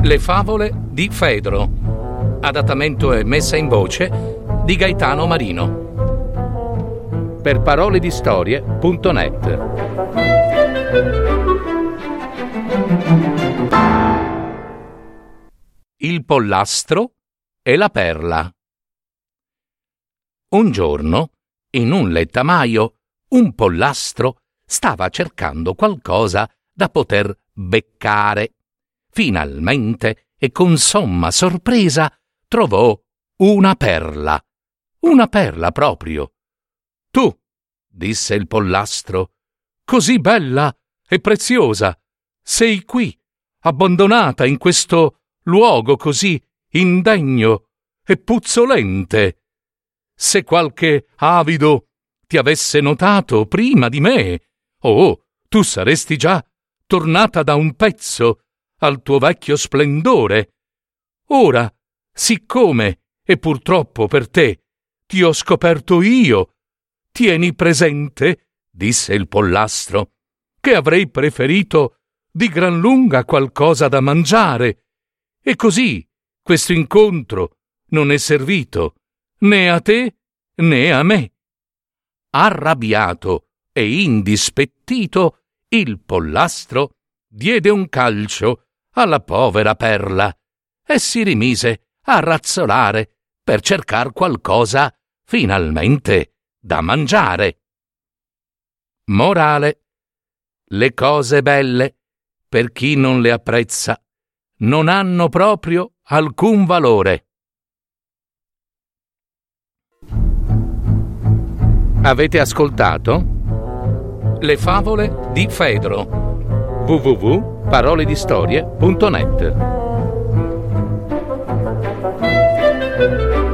Le favole di Fedro. Adattamento e messa in voce di Gaetano Marino. Per paroledistorie.net. Il pollastro e la perla. Un giorno, in un lettamaio, un pollastro stava cercando qualcosa da poter beccare. Finalmente e con somma sorpresa trovò una perla proprio. «Tu», disse il pollastro, «così bella e preziosa, sei qui, abbandonata in questo luogo così indegno e puzzolente. Se qualche avido ti avesse notato prima di me, tu saresti già tornata da un pezzo al tuo vecchio splendore. Ora, siccome, e purtroppo per te, ti ho scoperto io, tieni presente», disse il pollastro, «che avrei preferito di gran lunga qualcosa da mangiare, e così questo incontro non è servito né a te né a me». Arrabbiato e indispettito, il pollastro diede un calcio alla povera perla e si rimise a razzolare per cercar qualcosa finalmente da mangiare. Morale: le cose belle, per chi non le apprezza, non hanno proprio alcun valore. Avete ascoltato Le favole di Fedro. www.paroledistorie.net